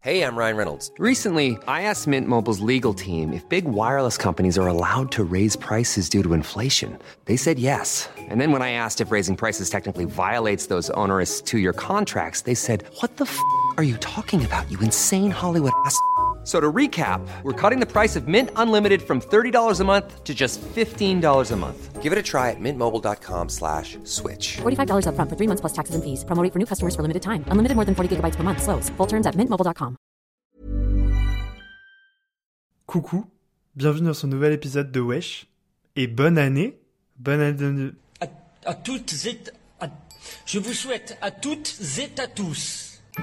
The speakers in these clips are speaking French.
Hey, I'm Ryan Reynolds. Recently, I asked Mint Mobile's legal team if big wireless companies are allowed to raise prices due to inflation. They said yes. And then when I asked if raising prices technically violates those onerous two-year contracts, they said, "What the f*** are you talking about, you insane Hollywood ass?" So to recap, we're cutting the price of Mint Unlimited from $30 a month to just $15 a month. Give it a try at mintmobile.com/switch. $45 up front for 3 months plus taxes and fees. Promo rate for new customers for limited time. Unlimited more than 40 gigabytes per month. Slows full terms at mintmobile.com. Coucou, bienvenue dans ce nouvel épisode de Wesh. Et bonne année. Bonne année. À toutes et je vous souhaite à toutes et à tous.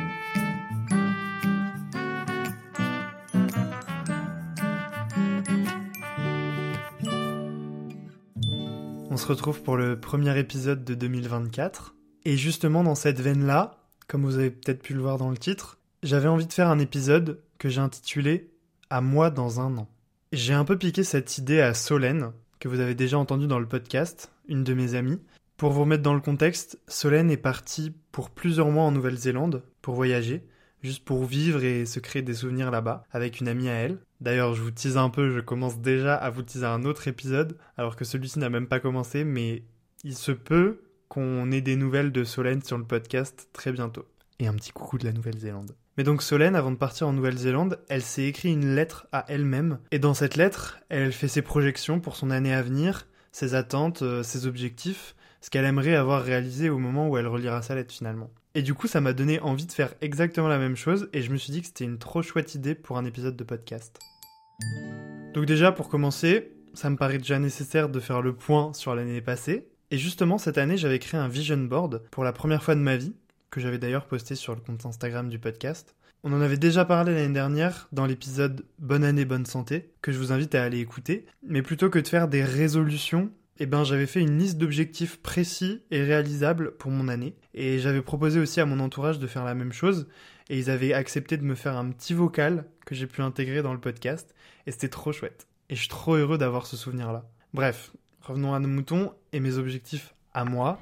On se retrouve pour le premier épisode de 2024. Et justement dans cette veine-là, comme vous avez peut-être pu le voir dans le titre, j'avais envie de faire un épisode que j'ai intitulé « À moi dans un an ». J'ai un peu piqué cette idée à Solène, que vous avez déjà entendu dans le podcast, une de mes amies. Pour vous remettre dans le contexte, Solène est partie pour plusieurs mois en Nouvelle-Zélande pour voyager, juste pour vivre et se créer des souvenirs là-bas, avec une amie à elle. D'ailleurs, je vous tease un peu, je commence déjà à vous teaser un autre épisode, alors que celui-ci n'a même pas commencé, mais il se peut qu'on ait des nouvelles de Solène sur le podcast très bientôt. Et un petit coucou de la Nouvelle-Zélande. Mais donc Solène, avant de partir en Nouvelle-Zélande, elle s'est écrit une lettre à elle-même, et dans cette lettre, elle fait ses projections pour son année à venir, ses attentes, ses objectifs, ce qu'elle aimerait avoir réalisé au moment où elle relira sa lettre finalement. Et du coup, ça m'a donné envie de faire exactement la même chose, et je me suis dit que c'était une trop chouette idée pour un épisode de podcast. Donc déjà, pour commencer, ça me paraît déjà nécessaire de faire le point sur l'année passée, et justement, cette année, j'avais créé un vision board pour la première fois de ma vie, que j'avais d'ailleurs posté sur le compte Instagram du podcast. On en avait déjà parlé l'année dernière dans l'épisode Bonne année, bonne santé, que je vous invite à aller écouter, mais plutôt que de faire des résolutions, j'avais fait une liste d'objectifs précis et réalisables pour mon année. Et j'avais proposé aussi à mon entourage de faire la même chose. Et ils avaient accepté de me faire un petit vocal que j'ai pu intégrer dans le podcast. Et c'était trop chouette. Et je suis trop heureux d'avoir ce souvenir-là. Bref, revenons à nos moutons et mes objectifs à moi.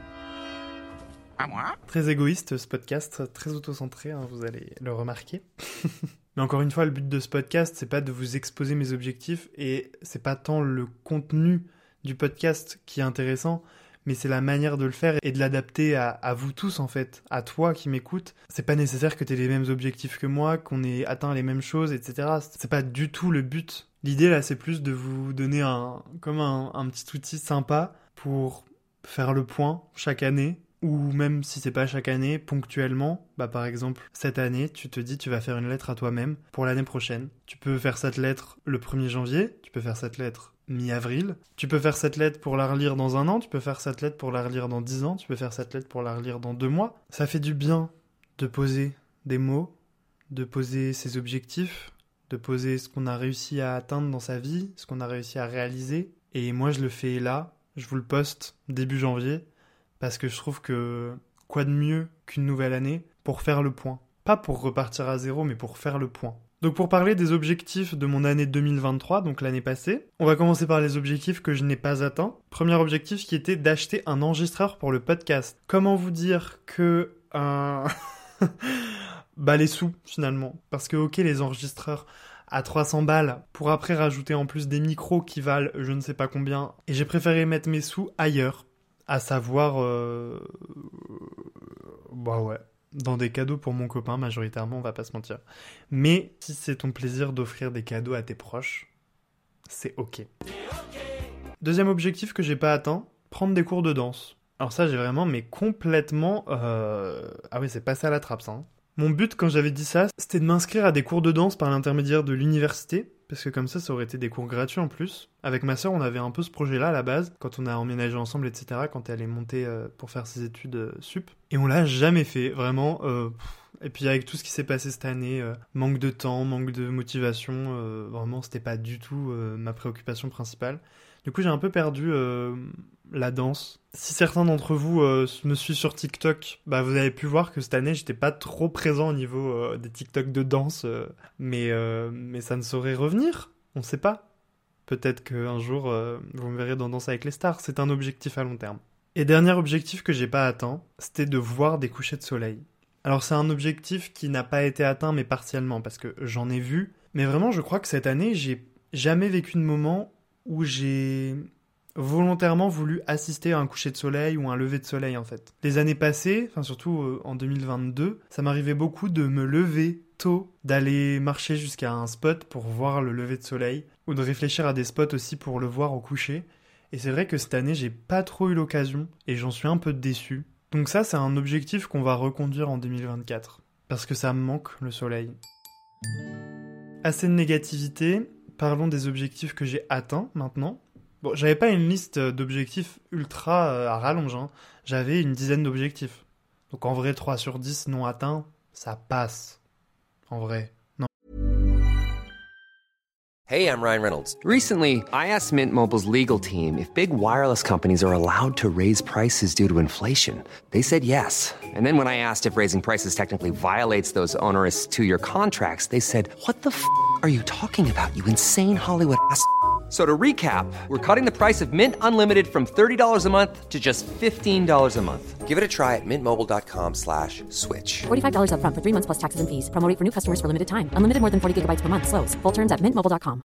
À moi ? Très égoïste ce podcast, très auto-centré, hein, vous allez le remarquer. Mais encore une fois, le but de ce podcast, c'est pas de vous exposer mes objectifs. Et c'est pas tant le contenu du podcast qui est intéressant, mais c'est la manière de le faire et de l'adapter à vous tous en fait, à toi qui m'écoutes. C'est pas nécessaire que t'aies les mêmes objectifs que moi, qu'on ait atteint les mêmes choses, etc. C'est pas du tout le but. L'idée là, c'est plus de vous donner un petit outil sympa pour faire le point chaque année, ou même si c'est pas chaque année, ponctuellement. Par exemple, cette année, tu te dis tu vas faire une lettre à toi-même pour l'année prochaine. Tu peux faire cette lettre le 1er janvier, tu peux faire cette lettre mi-avril. Tu peux faire cette lettre pour la relire dans un an, tu peux faire cette lettre pour la relire dans 10 ans, tu peux faire cette lettre pour la relire dans 2 mois. Ça fait du bien de poser des mots, de poser ses objectifs, de poser ce qu'on a réussi à atteindre dans sa vie, ce qu'on a réussi à réaliser. Et moi, je le fais là, je vous le poste début janvier, parce que je trouve que quoi de mieux qu'une nouvelle année pour faire le point. Pas pour repartir à zéro, mais pour faire le point. Donc pour parler des objectifs de mon année 2023, donc l'année passée, on va commencer par les objectifs que je n'ai pas atteints. Premier objectif qui était d'acheter un enregistreur pour le podcast. Comment vous dire que... les sous finalement. Parce que ok, les enregistreurs à 300 balles, pour après rajouter en plus des micros qui valent je ne sais pas combien. Et j'ai préféré mettre mes sous ailleurs, à savoir... dans des cadeaux pour mon copain, majoritairement, on va pas se mentir. Mais si c'est ton plaisir d'offrir des cadeaux à tes proches, c'est ok. Deuxième objectif que j'ai pas atteint, prendre des cours de danse. Alors ça, j'ai vraiment, mais complètement... Ah oui, c'est passé à la trappe, ça. Hein. Mon but, quand j'avais dit ça, c'était de m'inscrire à des cours de danse par l'intermédiaire de l'université, parce que comme ça aurait été des cours gratuits en plus. Avec ma sœur, on avait un peu ce projet-là à la base, quand on a emménagé ensemble, etc., quand elle est montée pour faire ses études sup. Et on l'a jamais fait, vraiment. Et puis avec tout ce qui s'est passé cette année, manque de temps, manque de motivation, vraiment c'était pas du tout ma préoccupation principale. Du coup, j'ai un peu perdu la danse. Si certains d'entre vous me suivent sur TikTok, vous avez pu voir que cette année, j'étais pas trop présent au niveau des TikTok de danse, mais ça ne saurait revenir, on sait pas. Peut-être qu'un jour, vous me verrez dans Danse avec les stars, c'est un objectif à long terme. Et dernier objectif que j'ai pas atteint, c'était de voir des couchers de soleil. Alors c'est un objectif qui n'a pas été atteint, mais partiellement, parce que j'en ai vu. Mais vraiment, je crois que cette année, j'ai jamais vécu de moment où j'ai volontairement voulu assister à un coucher de soleil ou un lever de soleil, en fait. Les années passées, enfin surtout en 2022, ça m'arrivait beaucoup de me lever tôt, d'aller marcher jusqu'à un spot pour voir le lever de soleil, ou de réfléchir à des spots aussi pour le voir au coucher. Et c'est vrai que cette année, j'ai pas trop eu l'occasion, et j'en suis un peu déçu. Donc ça, c'est un objectif qu'on va reconduire en 2024. Parce que ça me manque, le soleil. Assez de négativité, parlons des objectifs que j'ai atteints maintenant. Bon, j'avais pas une liste d'objectifs ultra à rallonge, hein. J'avais une dizaine d'objectifs. Donc en vrai, 3 sur 10 non atteints, ça passe. En vrai. Non. Hey, I'm Ryan Reynolds. Recently, I asked Mint Mobile's legal team if big wireless companies are allowed to raise prices due to inflation. They said yes. And then when I asked if raising prices technically violates those onerous 2-year contracts, they said, "What the f*** are you talking about, you insane Hollywood ass?" So to recap, we're cutting the price of Mint Unlimited from $30 a month to just $15 a month. Give it a try at mintmobile.com/switch. $45 up front for 3 months plus taxes and fees. Promo rate for new customers for limited time. Unlimited more than 40 gigabytes per month. Slows full terms at mintmobile.com.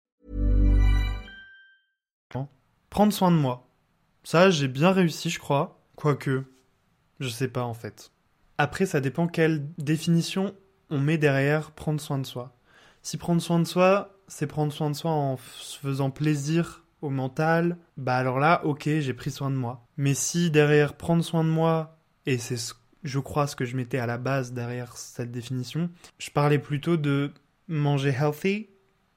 Prendre soin de moi. Ça, j'ai bien réussi, je crois. Quoique, je sais pas en fait. Après, ça dépend quelle définition on met derrière prendre soin de soi. Si prendre soin de soi, c'est prendre soin de soi en se faisant plaisir au mental, bah alors là, ok, j'ai pris soin de moi. Mais si derrière prendre soin de moi, et c'est je crois ce que je mettais à la base derrière cette définition, je parlais plutôt de manger healthy.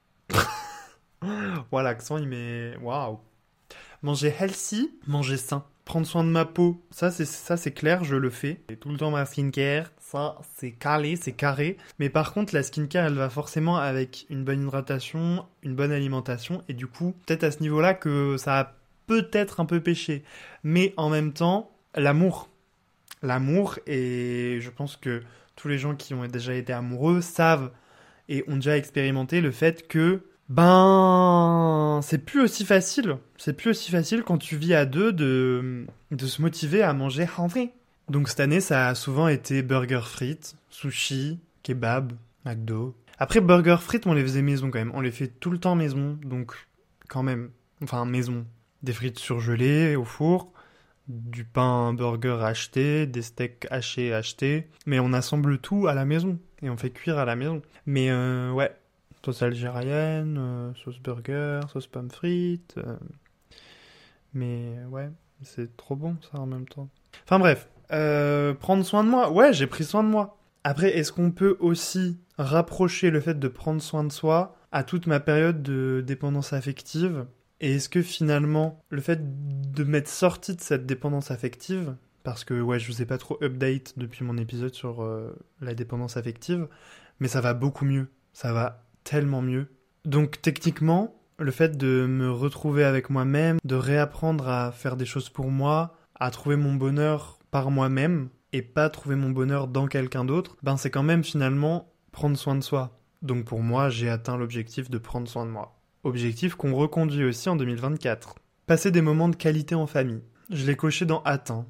Voilà, l'accent il met... Waouh. Manger healthy, manger sain. Prendre soin de ma peau, ça c'est clair, je le fais. Et tout le temps ma skincare, ça c'est calé, c'est carré. Mais par contre la skincare elle va forcément avec une bonne hydratation, une bonne alimentation. Et du coup, peut-être à ce niveau-là que ça a peut-être un peu péché. Mais en même temps, l'amour. L'amour, et je pense que tous les gens qui ont déjà été amoureux savent et ont déjà expérimenté le fait que c'est plus aussi facile. C'est plus aussi facile quand tu vis à deux de se motiver à manger healthy. Donc cette année, ça a souvent été burger frites, sushi, kebab, McDo. Après, burger frites, on les faisait maison quand même. On les fait tout le temps maison, donc quand même. Enfin, maison. Des frites surgelées au four, du pain burger acheté, des steaks hachés achetés. Mais on assemble tout à la maison et on fait cuire à la maison. Mais ouais. Sauce algérienne, sauce burger, sauce pommes frites. Mais ouais, c'est trop bon ça en même temps. Enfin bref, prendre soin de moi. Ouais, j'ai pris soin de moi. Après, est-ce qu'on peut aussi rapprocher le fait de prendre soin de soi à toute ma période de dépendance affective ? Et est-ce que finalement, le fait de m'être sorti de cette dépendance affective, parce que ouais, je vous ai pas trop update depuis mon épisode sur la dépendance affective, mais ça va beaucoup mieux. Ça va tellement mieux. Donc techniquement, le fait de me retrouver avec moi-même, de réapprendre à faire des choses pour moi, à trouver mon bonheur par moi-même et pas trouver mon bonheur dans quelqu'un d'autre, c'est quand même finalement prendre soin de soi. Donc pour moi, j'ai atteint l'objectif de prendre soin de moi. Objectif qu'on reconduit aussi en 2024. Passer des moments de qualité en famille. Je l'ai coché dans atteint,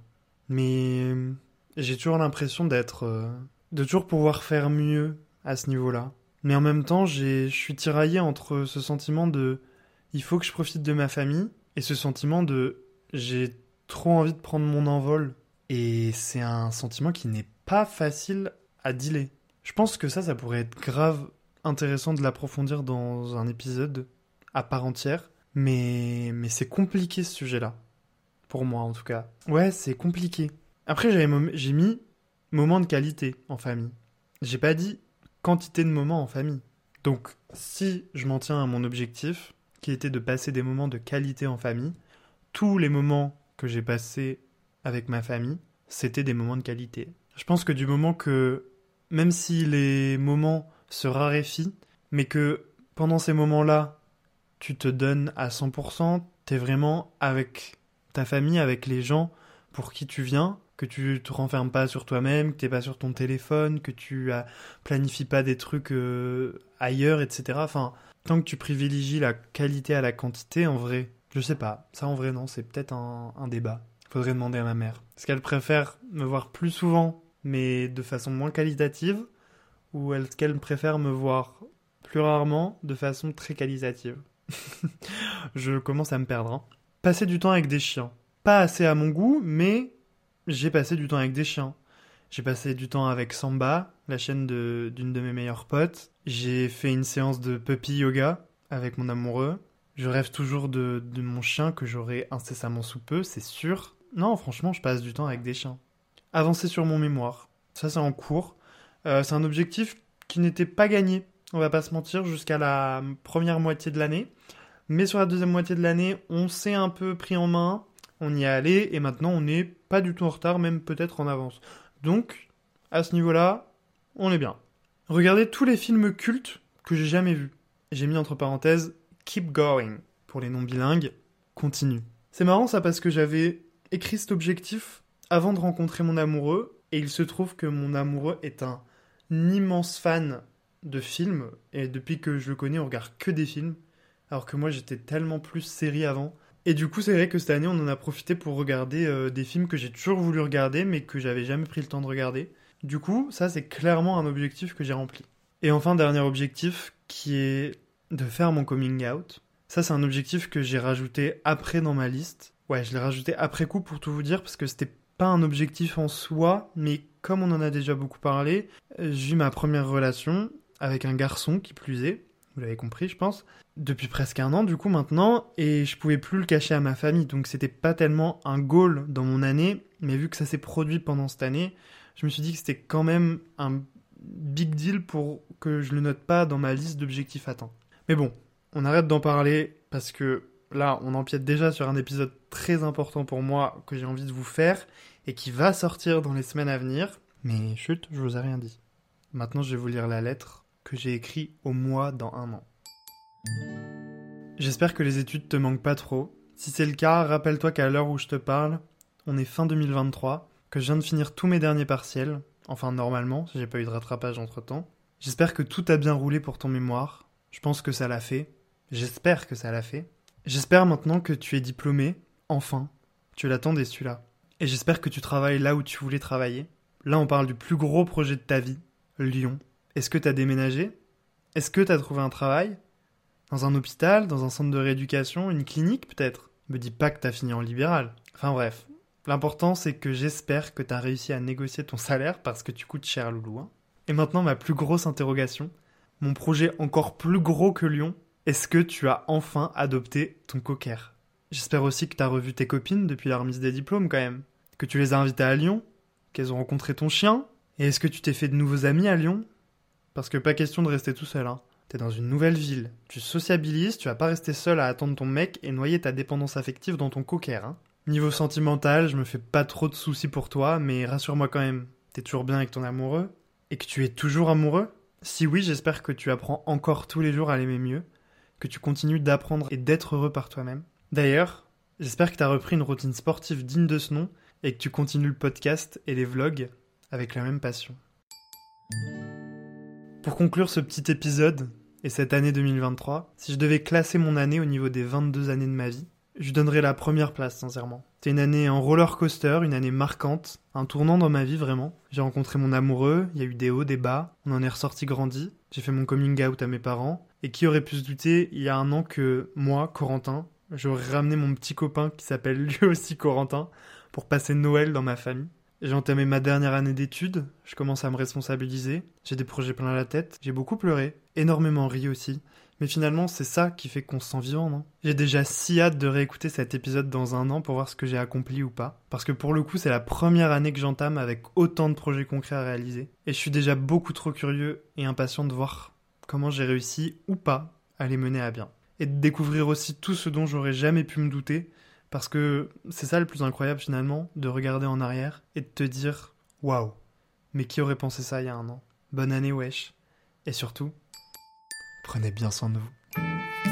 mais j'ai toujours l'impression de toujours pouvoir faire mieux à ce niveau-là. Mais en même temps, je suis tiraillé entre ce sentiment de « il faut que je profite de ma famille » et ce sentiment de « j'ai trop envie de prendre mon envol ». Et c'est un sentiment qui n'est pas facile à dealer. Je pense que ça pourrait être grave intéressant de l'approfondir dans un épisode à part entière. Mais c'est compliqué ce sujet-là. Pour moi en tout cas. Ouais, c'est compliqué. Après, j'ai mis « moment de qualité en famille ». J'ai pas dit quantité de moments en famille. Donc, si je m'en tiens à mon objectif, qui était de passer des moments de qualité en famille, tous les moments que j'ai passés avec ma famille, c'était des moments de qualité. Je pense que du moment que, même si les moments se raréfient, mais que pendant ces moments-là, tu te donnes à 100%, t'es vraiment avec ta famille, avec les gens pour qui tu viens, que tu te renfermes pas sur toi-même, que t'es pas sur ton téléphone, que tu planifies pas des trucs ailleurs, etc. Enfin, tant que tu privilégies la qualité à la quantité, en vrai, je sais pas. Ça, en vrai, non, c'est peut-être un débat. Faudrait demander à ma mère. Est-ce qu'elle préfère me voir plus souvent mais de façon moins qualitative, ou est-ce qu'elle préfère me voir plus rarement de façon très qualitative? Je commence à me perdre. Hein. Passer du temps avec des chiens. Pas assez à mon goût, mais j'ai passé du temps avec des chiens. J'ai passé du temps avec Samba, la chienne d'une de mes meilleures potes. J'ai fait une séance de puppy yoga avec mon amoureux. Je rêve toujours de mon chien que j'aurai incessamment sous peu, c'est sûr. Non, franchement, je passe du temps avec des chiens. Avancer sur mon mémoire. Ça, c'est en cours. C'est un objectif qui n'était pas gagné, on va pas se mentir, jusqu'à la première moitié de l'année. Mais sur la deuxième moitié de l'année, on s'est un peu pris en main, on y est allé, et maintenant on n'est pas du tout en retard, même peut-être en avance. Donc, à ce niveau-là, on est bien. Regardez tous les films cultes que j'ai jamais vus. J'ai mis entre parenthèses « Keep going » pour les non-bilingues, continue. C'est marrant ça parce que j'avais écrit cet objectif avant de rencontrer mon amoureux, et il se trouve que mon amoureux est un immense fan de films, et depuis que je le connais, on regarde que des films, alors que moi j'étais tellement plus série avant. Et du coup, c'est vrai que cette année, on en a profité pour regarder des films que j'ai toujours voulu regarder, mais que j'avais jamais pris le temps de regarder. Du coup, ça, c'est clairement un objectif que j'ai rempli. Et enfin, dernier objectif, qui est de faire mon coming out. Ça, c'est un objectif que j'ai rajouté après dans ma liste. Ouais, je l'ai rajouté après coup pour tout vous dire, parce que c'était pas un objectif en soi, mais comme on en a déjà beaucoup parlé, j'ai eu ma première relation avec un garçon, qui plus est, vous l'avez compris, je pense, depuis presque 1 an, du coup, maintenant, et je pouvais plus le cacher à ma famille, donc c'était pas tellement un goal dans mon année, mais vu que ça s'est produit pendant cette année, je me suis dit que c'était quand même un big deal pour que je le note pas dans ma liste d'objectifs atteints. Mais bon, on arrête d'en parler, parce que là, on empiète déjà sur un épisode très important pour moi, que j'ai envie de vous faire, et qui va sortir dans les semaines à venir, mais chut, je vous ai rien dit. Maintenant, je vais vous lire la lettre que j'ai écrite au mois dans 1 an. J'espère que les études te manquent pas trop. Si c'est le cas, rappelle-toi qu'à l'heure où je te parle, on est fin 2023, que je viens de finir tous mes derniers partiels, enfin normalement, si j'ai pas eu de rattrapage entre-temps. J'espère que tout a bien roulé pour ton mémoire. Je pense que ça l'a fait. J'espère que ça l'a fait. J'espère maintenant que tu es diplômé, enfin. Tu l'attendais celui-là. Et j'espère que tu travailles là où tu voulais travailler. Là, on parle du plus gros projet de ta vie, Lyon. Est-ce que t'as déménagé ? Est-ce que t'as trouvé un travail ? Dans un hôpital, dans un centre de rééducation, une clinique peut-être ? Me dis pas que t'as fini en libéral. Enfin bref, l'important c'est que j'espère que t'as réussi à négocier ton salaire parce que tu coûtes cher, loulou. Hein. Et maintenant ma plus grosse interrogation, mon projet encore plus gros que Lyon, est-ce que tu as enfin adopté ton cocker ? J'espère aussi que t'as revu tes copines depuis la remise des diplômes quand même, que tu les as invitées à Lyon, qu'elles ont rencontré ton chien, et est-ce que tu t'es fait de nouveaux amis à Lyon ? Parce que pas question de rester tout seul, hein. T'es dans une nouvelle ville, tu sociabilises, tu vas pas rester seul à attendre ton mec et noyer ta dépendance affective dans ton cocker, hein. Niveau sentimental, je me fais pas trop de soucis pour toi, mais rassure-moi quand même, t'es toujours bien avec ton amoureux ? Et que tu es toujours amoureux ? Si oui, j'espère que tu apprends encore tous les jours à l'aimer mieux, que tu continues d'apprendre et d'être heureux par toi-même. D'ailleurs, j'espère que t'as repris une routine sportive digne de ce nom et que tu continues le podcast et les vlogs avec la même passion. Pour conclure ce petit épisode, et cette année 2023, si je devais classer mon année au niveau des 22 années de ma vie, je donnerais la première place, sincèrement. C'était une année en roller coaster, une année marquante, un tournant dans ma vie, vraiment. J'ai rencontré mon amoureux, il y a eu des hauts, des bas, on en est ressorti grandi, j'ai fait mon coming out à mes parents, et qui aurait pu se douter il y a 1 an que moi, Corentin, j'aurais ramené mon petit copain qui s'appelle lui aussi Corentin, pour passer Noël dans ma famille. J'ai entamé ma dernière année d'études, je commence à me responsabiliser, j'ai des projets plein la tête, j'ai beaucoup pleuré, énormément ri aussi, mais finalement c'est ça qui fait qu'on se sent vivant, non ? J'ai déjà si hâte de réécouter cet épisode dans 1 an pour voir ce que j'ai accompli ou pas, parce que pour le coup c'est la première année que j'entame avec autant de projets concrets à réaliser, et je suis déjà beaucoup trop curieux et impatient de voir comment j'ai réussi ou pas à les mener à bien. Et de découvrir aussi tout ce dont j'aurais jamais pu me douter, parce que c'est ça le plus incroyable finalement, de regarder en arrière et de te dire « Waouh, mais qui aurait pensé ça il y a 1 an ? Bonne année wesh !» Et surtout, prenez bien soin de vous.